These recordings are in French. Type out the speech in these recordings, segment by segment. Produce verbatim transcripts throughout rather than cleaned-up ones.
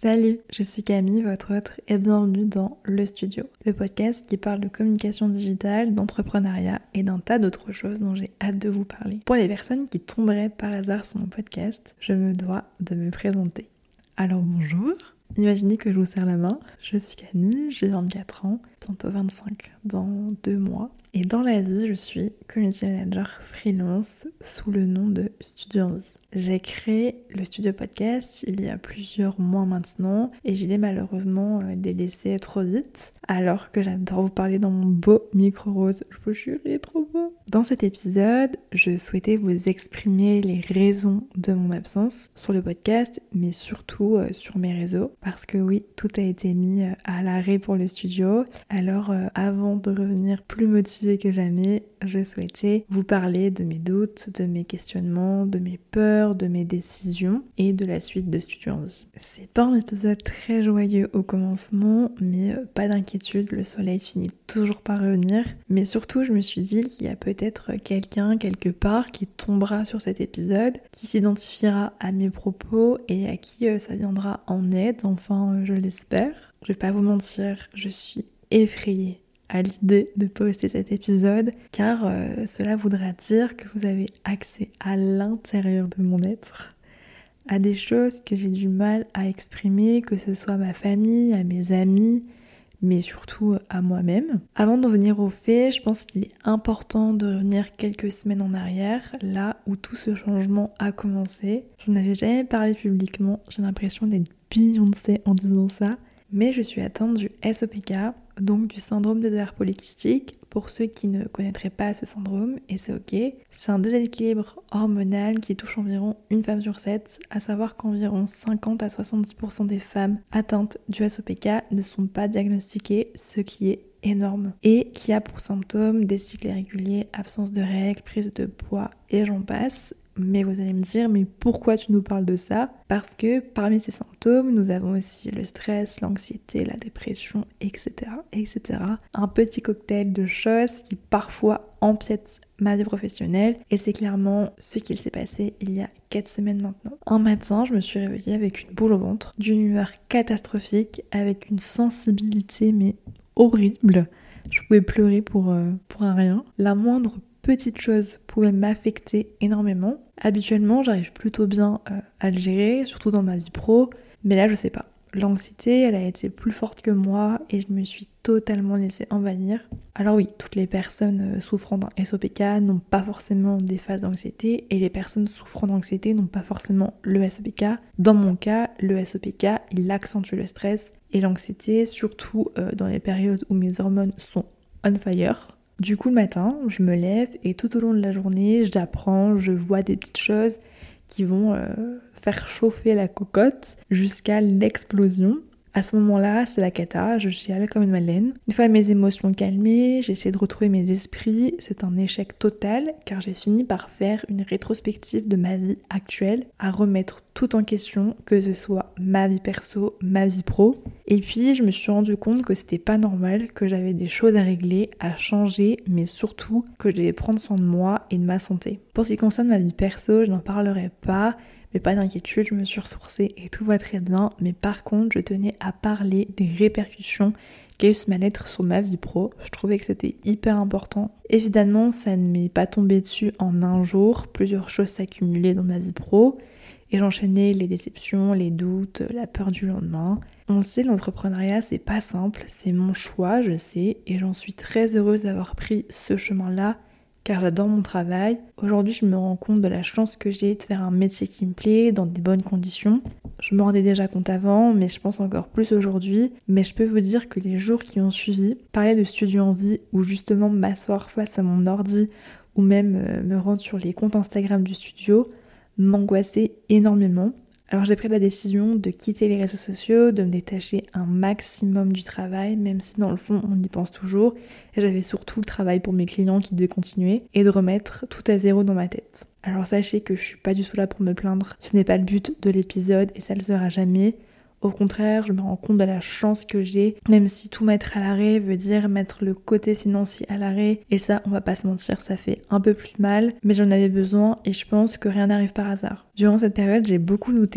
Salut, je suis Camille, votre hôte, et bienvenue dans Le Studio, le podcast qui parle de communication digitale, d'entrepreneuriat et d'un tas d'autres choses dont j'ai hâte de vous parler. Pour les personnes qui tomberaient par hasard sur mon podcast, je me dois de me présenter. Alors bonjour, imaginez que je vous serre la main, je suis Camille, j'ai vingt-quatre ans, bientôt vingt-cinq dans deux mois, et dans la vie je suis community manager freelance sous le nom de Studio Envie. J'ai créé le studio podcast il y a plusieurs mois maintenant et je l'ai malheureusement délaissé trop vite alors que j'adore vous parler dans mon beau micro rose. Je vous jure, il est trop beau. Dans cet épisode, je souhaitais vous exprimer les raisons de mon absence sur le podcast mais surtout euh, sur mes réseaux parce que oui, tout a été mis à l'arrêt pour le studio. Alors euh, avant de revenir plus motivée que jamais, je souhaitais vous parler de mes doutes, de mes questionnements, de mes peurs, de mes décisions et de la suite de Studio Envie. C'est pas un épisode très joyeux au commencement, mais euh, pas d'inquiétude, le soleil finit toujours par revenir. Mais surtout, je me suis dit qu'il y a peut-être quelqu'un quelque part qui tombera sur cet épisode, qui s'identifiera à mes propos et à qui euh, ça viendra en aide, enfin euh, je l'espère. Je vais pas vous mentir, je suis effrayée à l'idée de poster cet épisode car euh, cela voudra dire que vous avez accès à l'intérieur de mon être, à des choses que j'ai du mal à exprimer, que ce soit à ma famille, à mes amis, mais surtout à moi-même. Avant d'en venir aux faits, je pense qu'il est important de revenir quelques semaines en arrière, là où tout ce changement a commencé. Je n'avais jamais parlé publiquement, j'ai l'impression d'être Beyoncé en disant ça, mais je suis atteinte du S O P K, donc du syndrome des ovaires polykystiques. Pour ceux qui ne connaîtraient pas ce syndrome, et c'est ok, c'est un déséquilibre hormonal qui touche environ une femme sur sept, à savoir qu'environ cinquante à soixante-dix pour cent des femmes atteintes du S O P K ne sont pas diagnostiquées, ce qui est énorme, et qui a pour symptômes des cycles irréguliers, absence de règles, prise de poids et j'en passe. Mais vous allez me dire, mais pourquoi tu nous parles de ça ? Parce que parmi ces symptômes, nous avons aussi le stress, l'anxiété, la dépression, et cetera, et cetera. Un petit cocktail de choses qui parfois empiètent ma vie professionnelle et c'est clairement ce qu'il s'est passé il y a quatre semaines maintenant. Un matin, je me suis réveillée avec une boule au ventre, d'une humeur catastrophique, avec une sensibilité mais horrible. Je pouvais pleurer pour, euh, pour un rien. La moindre petite chose pouvait m'affecter énormément. Habituellement, j'arrive plutôt bien euh, à le gérer, surtout dans ma vie pro, mais là, je sais pas. L'anxiété, elle a été plus forte que moi et je me suis totalement laissée envahir. Alors oui, toutes les personnes souffrant d'un S O P K n'ont pas forcément des phases d'anxiété et les personnes souffrant d'anxiété n'ont pas forcément le S O P K. Dans mon cas, le S O P K, il accentue le stress et l'anxiété, surtout euh, dans les périodes où mes hormones sont on fire. Du coup, le matin, je me lève et tout au long de la journée, j'apprends, je vois des petites choses qui vont euh, faire chauffer la cocotte jusqu'à l'explosion. À ce moment-là, c'est la cata, je chiale comme une madeleine. Une fois mes émotions calmées, j'essaie de retrouver mes esprits. C'est un échec total car j'ai fini par faire une rétrospective de ma vie actuelle, à remettre tout en question, que ce soit ma vie perso, ma vie pro. Et puis, je me suis rendu compte que c'était pas normal, que j'avais des choses à régler, à changer, mais surtout que je devais prendre soin de moi et de ma santé. Pour ce qui concerne ma vie perso, je n'en parlerai pas. Mais pas d'inquiétude, je me suis ressourcée et tout va très bien. Mais par contre, je tenais à parler des répercussions qu'a eu ce mal-être sur ma vie pro. Je trouvais que c'était hyper important. Évidemment, ça ne m'est pas tombé dessus en un jour. Plusieurs choses s'accumulaient dans ma vie pro. Et j'enchaînais les déceptions, les doutes, la peur du lendemain. On sait, l'entrepreneuriat, c'est pas simple. C'est mon choix, je sais. Et j'en suis très heureuse d'avoir pris ce chemin-là, car j'adore mon travail. Aujourd'hui, je me rends compte de la chance que j'ai de faire un métier qui me plaît, dans des bonnes conditions. Je me rendais déjà compte avant, mais je pense encore plus aujourd'hui. Mais je peux vous dire que les jours qui ont suivi, parler de Studio Envie, ou justement m'asseoir face à mon ordi, ou même euh, me rendre sur les comptes Instagram du studio, m'angoissait énormément. Alors j'ai pris la décision de quitter les réseaux sociaux, de me détacher un maximum du travail, même si dans le fond on y pense toujours. Et j'avais surtout le travail pour mes clients qui devait continuer et de remettre tout à zéro dans ma tête. Alors sachez que je suis pas du tout là pour me plaindre, ce n'est pas le but de l'épisode et ça le sera jamais. Au contraire, je me rends compte de la chance que j'ai, même si tout mettre à l'arrêt veut dire mettre le côté financier à l'arrêt. Et ça, on va pas se mentir, ça fait un peu plus mal, mais j'en avais besoin et je pense que rien n'arrive par hasard. Durant cette période, j'ai beaucoup douté.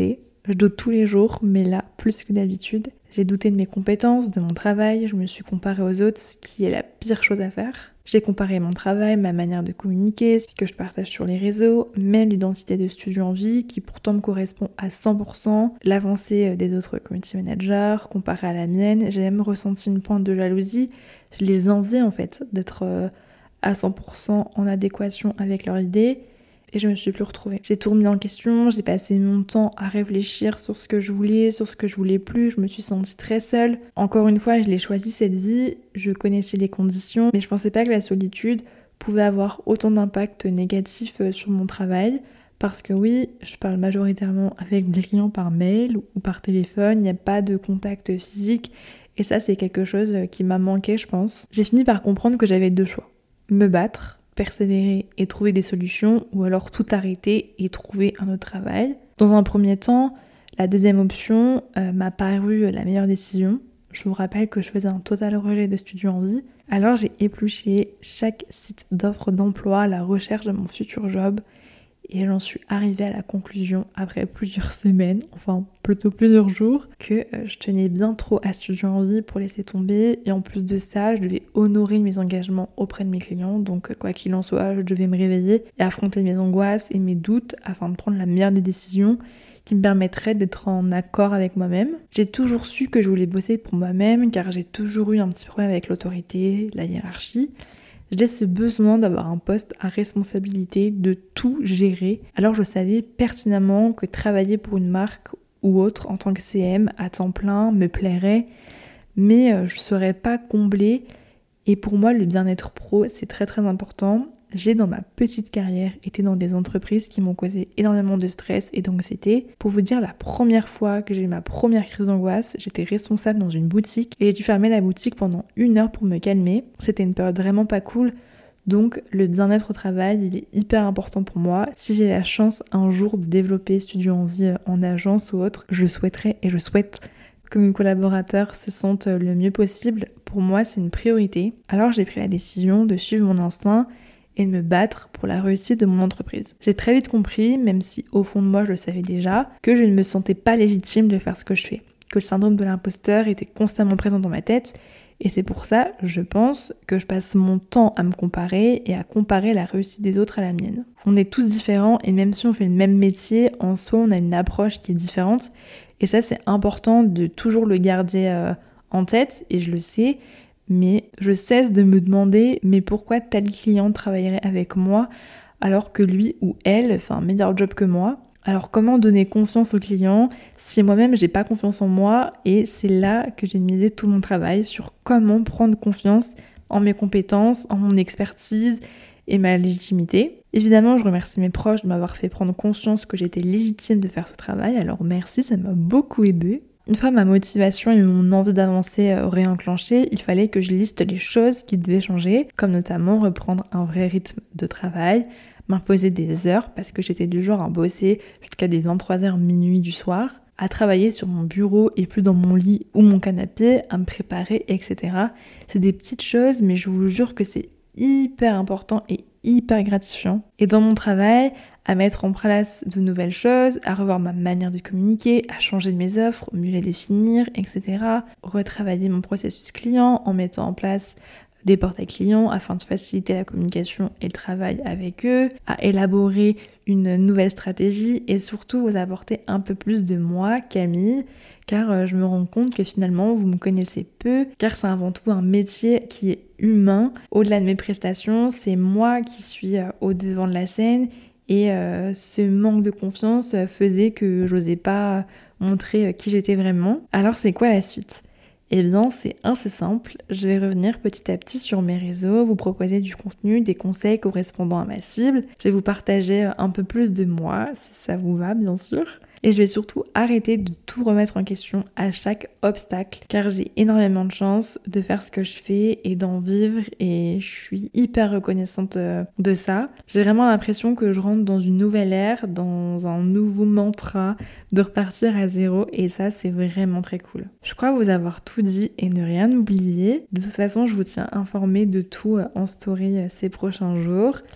Je doute tous les jours, mais là, plus que d'habitude. J'ai douté de mes compétences, de mon travail, je me suis comparée aux autres, ce qui est la pire chose à faire. J'ai comparé mon travail, ma manière de communiquer, ce que je partage sur les réseaux, même l'identité de Studio en Vie, qui pourtant me correspond à cent pour cent, l'avancée des autres community managers, comparée à la mienne. J'ai même ressenti une pointe de jalousie. Je les enviais en fait, d'être à cent pour cent en adéquation avec leurs idées. Et je me suis plus retrouvée. J'ai tout remis en question, j'ai passé mon temps à réfléchir sur ce que je voulais, sur ce que je voulais plus, je me suis sentie très seule. Encore une fois, je l'ai choisi cette vie, je connaissais les conditions, mais je pensais pas que la solitude pouvait avoir autant d'impact négatif sur mon travail. Parce que oui, je parle majoritairement avec mes clients par mail ou par téléphone, il n'y a pas de contact physique. Et ça, c'est quelque chose qui m'a manqué, je pense. J'ai fini par comprendre que j'avais deux choix. Me battre, persévérer et trouver des solutions, ou alors tout arrêter et trouver un autre travail. Dans un premier temps, la deuxième option euh, m'a paru la meilleure décision. Je vous rappelle que je faisais un total rejet de Studio en Vie. Alors j'ai épluché chaque site d'offre d'emploi à la recherche de mon futur job et j'en suis arrivée à la conclusion après plusieurs semaines, enfin plutôt plusieurs jours, que euh, je tenais bien trop à Studio en Vie pour laisser tomber. Et en plus de ça, je devais honorer mes engagements auprès de mes clients. Donc quoi qu'il en soit, je devais me réveiller et affronter mes angoisses et mes doutes afin de prendre la meilleure des décisions qui me permettrait d'être en accord avec moi-même. J'ai toujours su que je voulais bosser pour moi-même car j'ai toujours eu un petit problème avec l'autorité, la hiérarchie. J'ai ce besoin d'avoir un poste à responsabilité, de tout gérer. Alors je savais pertinemment que travailler pour une marque ou autre en tant que C M à temps plein me plairait, mais je ne serais pas comblée. Et pour moi, le bien-être pro, c'est très très important. J'ai dans ma petite carrière été dans des entreprises qui m'ont causé énormément de stress et d'anxiété. Pour vous dire, la première fois que j'ai eu ma première crise d'angoisse, j'étais responsable dans une boutique et j'ai dû fermer la boutique pendant une heure pour me calmer. C'était une période vraiment pas cool. Donc le bien-être au travail, il est hyper important pour moi. Si j'ai la chance un jour de développer Studio en Vie en agence ou autre, je souhaiterais et je souhaite que mes collaborateurs se sentent le mieux possible. Pour moi, c'est une priorité. Alors j'ai pris la décision de suivre mon instinct et de me battre pour la réussite de mon entreprise. J'ai très vite compris, même si au fond de moi je le savais déjà, que je ne me sentais pas légitime de faire ce que je fais, que le syndrome de l'imposteur était constamment présent dans ma tête, et c'est pour ça, je pense, que je passe mon temps à me comparer et à comparer la réussite des autres à la mienne. On est tous différents et même si on fait le même métier, en soi on a une approche qui est différente, et ça c'est important de toujours le garder euh, en tête, et je le sais. Mais je cesse de me demander mais pourquoi tel client travaillerait avec moi alors que lui ou elle fait un meilleur job que moi. Alors comment donner confiance au client si moi-même j'ai pas confiance en moi? Et c'est là que j'ai misé tout mon travail sur comment prendre confiance en mes compétences, en mon expertise et ma légitimité. Évidemment, je remercie mes proches de m'avoir fait prendre conscience que j'étais légitime de faire ce travail, alors merci, ça m'a beaucoup aidée. Une fois ma motivation et mon envie d'avancer réenclenchées, il fallait que je liste les choses qui devaient changer, comme notamment reprendre un vrai rythme de travail, m'imposer des heures parce que j'étais du genre à bosser jusqu'à des vingt-trois heures minuit du soir, à travailler sur mon bureau et plus dans mon lit ou mon canapé, à me préparer, et cetera. C'est des petites choses, mais je vous jure que c'est hyper important et hyper gratifiant. Et dans mon travail, à mettre en place de nouvelles choses, à revoir ma manière de communiquer, à changer mes offres, mieux les définir, et cetera. Retravailler mon processus client en mettant en place des portails clients afin de faciliter la communication et le travail avec eux, à élaborer une nouvelle stratégie et surtout vous apporter un peu plus de moi, Camille, car je me rends compte que finalement vous me connaissez peu, car c'est avant tout un métier qui est humain. Au-delà de mes prestations, c'est moi qui suis au devant de la scène. Et euh, ce manque de confiance faisait que j'osais pas montrer qui j'étais vraiment. Alors c'est quoi la suite ? Eh bien c'est assez simple, je vais revenir petit à petit sur mes réseaux, vous proposer du contenu, des conseils correspondant à ma cible. Je vais vous partager un peu plus de moi, si ça vous va bien sûr. Et je vais surtout arrêter de tout remettre en question à chaque obstacle, car j'ai énormément de chance de faire ce que je fais et d'en vivre et je suis hyper reconnaissante de ça. J'ai vraiment l'impression que je rentre dans une nouvelle ère, dans un nouveau mantra de repartir à zéro et ça c'est vraiment très cool. Je crois vous avoir tout dit et ne rien oublier. De toute façon je vous tiens informé de tout en story ces prochains jours.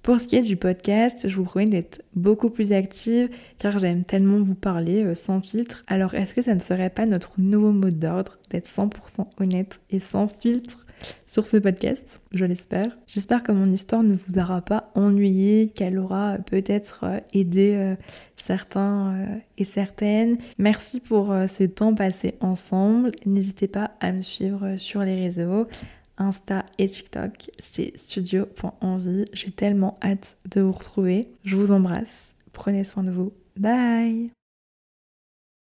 Pour ce qui est du podcast, je vous promets d'être beaucoup plus active car j'aime tellement vous parler euh, sans filtre. Alors est-ce que ça ne serait pas notre nouveau mot d'ordre d'être cent pour cent honnête et sans filtre sur ce podcast? Je l'espère. J'espère que mon histoire ne vous aura pas ennuyé, qu'elle aura peut-être euh, aidé euh, certains euh, et certaines. Merci pour euh, ce temps passé ensemble. N'hésitez pas à me suivre sur les réseaux. Insta et TikTok, c'est studio point envie. J'ai tellement hâte de vous retrouver. Je vous embrasse. Prenez soin de vous. Bye!